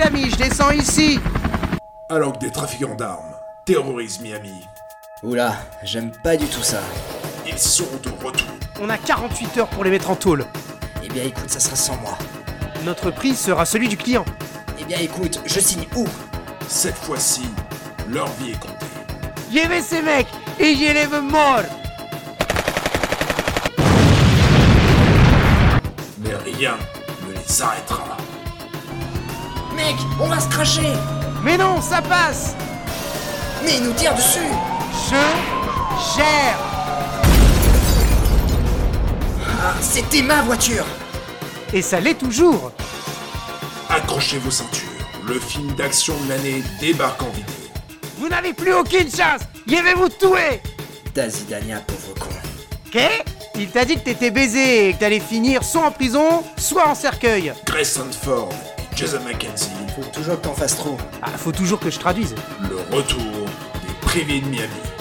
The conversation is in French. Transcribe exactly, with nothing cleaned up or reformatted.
amis, je descends ici. Alors que des trafiquants d'armes terrorisent Miami, Oula, j'aime pas du tout ça. ils seront de retour. On a quarante-huit heures pour les mettre en tôle. Eh bien écoute, ça sera sans moi. Notre prix sera celui du client. Eh bien écoute, je signe où? Cette fois-ci, leur vie est comptée. Llevez ces mecs et je les veux morts. Mais rien ne les arrêtera. Mec, on va se cracher! Mais non, ça passe. Mais il nous tire dessus! Je gère. Ah, c'était ma voiture! Et ça l'est toujours. Accrochez vos ceintures, le film d'action de l'année débarque en vidéo. Vous n'avez plus aucune chance. Je vais vous tuer. Dazidania, pauvre con. Qu'est? Il t'a dit que t'étais baisé et que t'allais finir soit en prison, soit en cercueil. Grayson Ford et Jason McKenzie, Faut toujours que t'en fasses trop. Ah, faut toujours que je traduise. le retour des privés de Miami.